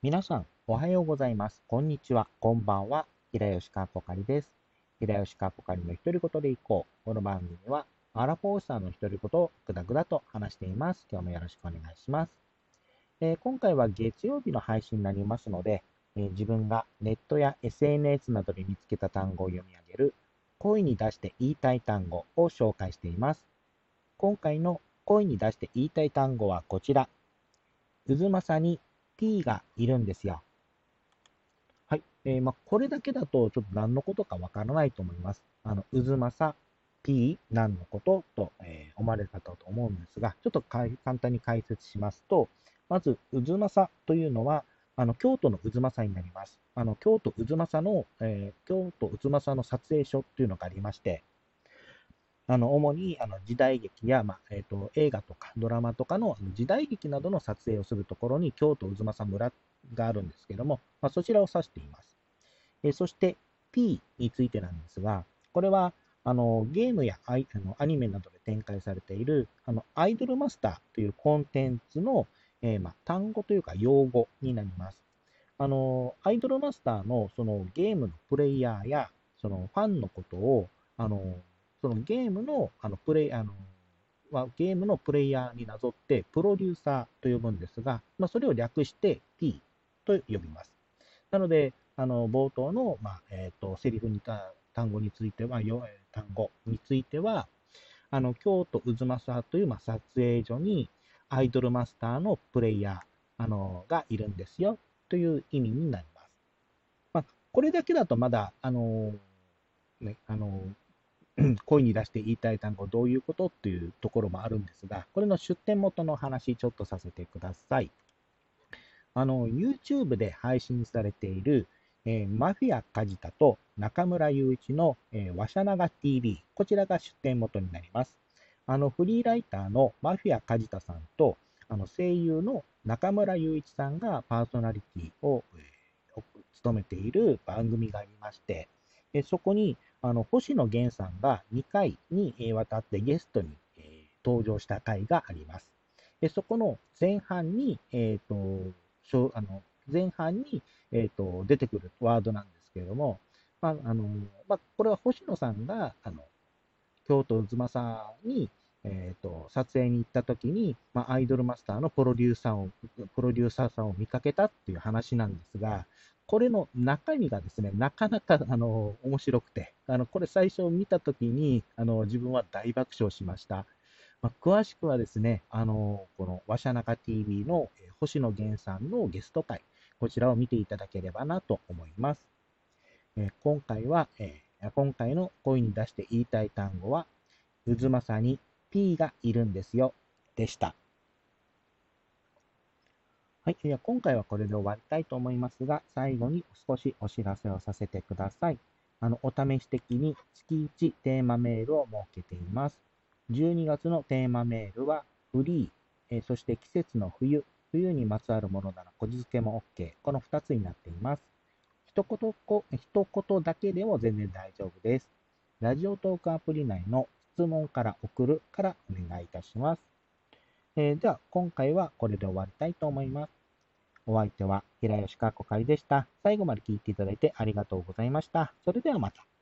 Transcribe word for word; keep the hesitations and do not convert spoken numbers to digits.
皆さん、おはようございます。こんにちは。こんばんは。平吉かぽかりです。平吉かぽかりの独り言でいこう。この番組は、アラフォーさんの独り言をぐだぐだと話しています。今日もよろしくお願いします。えー今回は月曜日の配信になりますので、えー自分がネットや エスエヌエス などで見つけた単語を読み上げる、声に出して言いたい単語を紹介しています。今回の声に出して言いたい単語はこちら。渦政に P がいるんですよ。はい。えーまあ、これだけだと、ちょっと何のことかわからないと思います。あの、渦政 P 何のことと、えー思われる方と思うんですが、ちょっとかい簡単に解説しますと、まず、渦政というのは、あの、京都の渦政になります。あの、京都渦政の、えー京都渦政の撮影所っていうのがありまして、あの、主にあの時代劇や、まあえーと、映画とかドラマとかのあの時代劇などの撮影をするところに京都渦政村があるんですけども、まあ、そちらを指しています。えーそして P についてなんですが、これはあのゲームやアイあのアニメなどで展開されているあのアイドルマスターというコンテンツの、えーまあ、単語というか用語になります。あのアイドルマスターのそのゲームのプレイヤーやそのファンのことをあのそのゲームのあのプレイあのはゲームのプレイヤーになぞってプロデューサーと呼ぶんですが、まあ、それを略して P と呼びます。なので、あの冒頭の、まあえーと、セリフにた単語については、よ単語については、あの京都渦政という、まあ、撮影所にアイドルマスターのプレイヤーあのがいるんですよという意味になります。まあ、これだけだとまだ、あのね、あの声に出して言いたい単語どういうことっていうところもあるんですが、これの出典元の話ちょっとさせてください。あの、YouTube で配信されている、えーマフィア梶田と中村雄一の、えー、わしゃなが ティーブイ、こちらが出展元になります。あの、フリーライターのマフィア梶田さんと、あの、声優の中村雄一さんがパーソナリティを、えー務めている番組がありまして、えーそこに、あの、星野源さんがにかいにえーわたってゲストに、えー登場した回があります。でそこの前半に、えっと、しょあの前半に、えーと、出てくるワードなんですけれども、まああのまあ、これは星野さんがあの京都渦政に、えーと、撮影に行った時に、まあ、アイドルマスターのプロデューサーをプロデューサーさんを見かけたっていう話なんですが、これの中身がですね、なかなかあの面白くて、あのこれ最初見た時にあの自分は大爆笑しました。まあ、詳しくはですね、あのこのわしゃなか ティーブイ のえー星野源さんのゲスト会、こちらを見ていただければなと思います。えー今回は、えー今回の声に出して言いたい単語は、渦政に P がいるんですよ、でした。はい。では今回はこれで終わりたいと思いますが、最後に少しお知らせをさせてください。あの、お試し的に月いちテーマメールを設けています。じゅうにがつのテーマメールは、フリー、えーそして季節の冬、冬にまつわるものならこじつけも OK。このふたつになっています。一言こ、一言だけでも全然大丈夫です。ラジオトークアプリ内の質問から送るからお願いいたします。えーでは、今回はこれで終わりたいと思います。お相手は平吉かこかりでした。最後まで聞いていただいてありがとうございました。それではまた。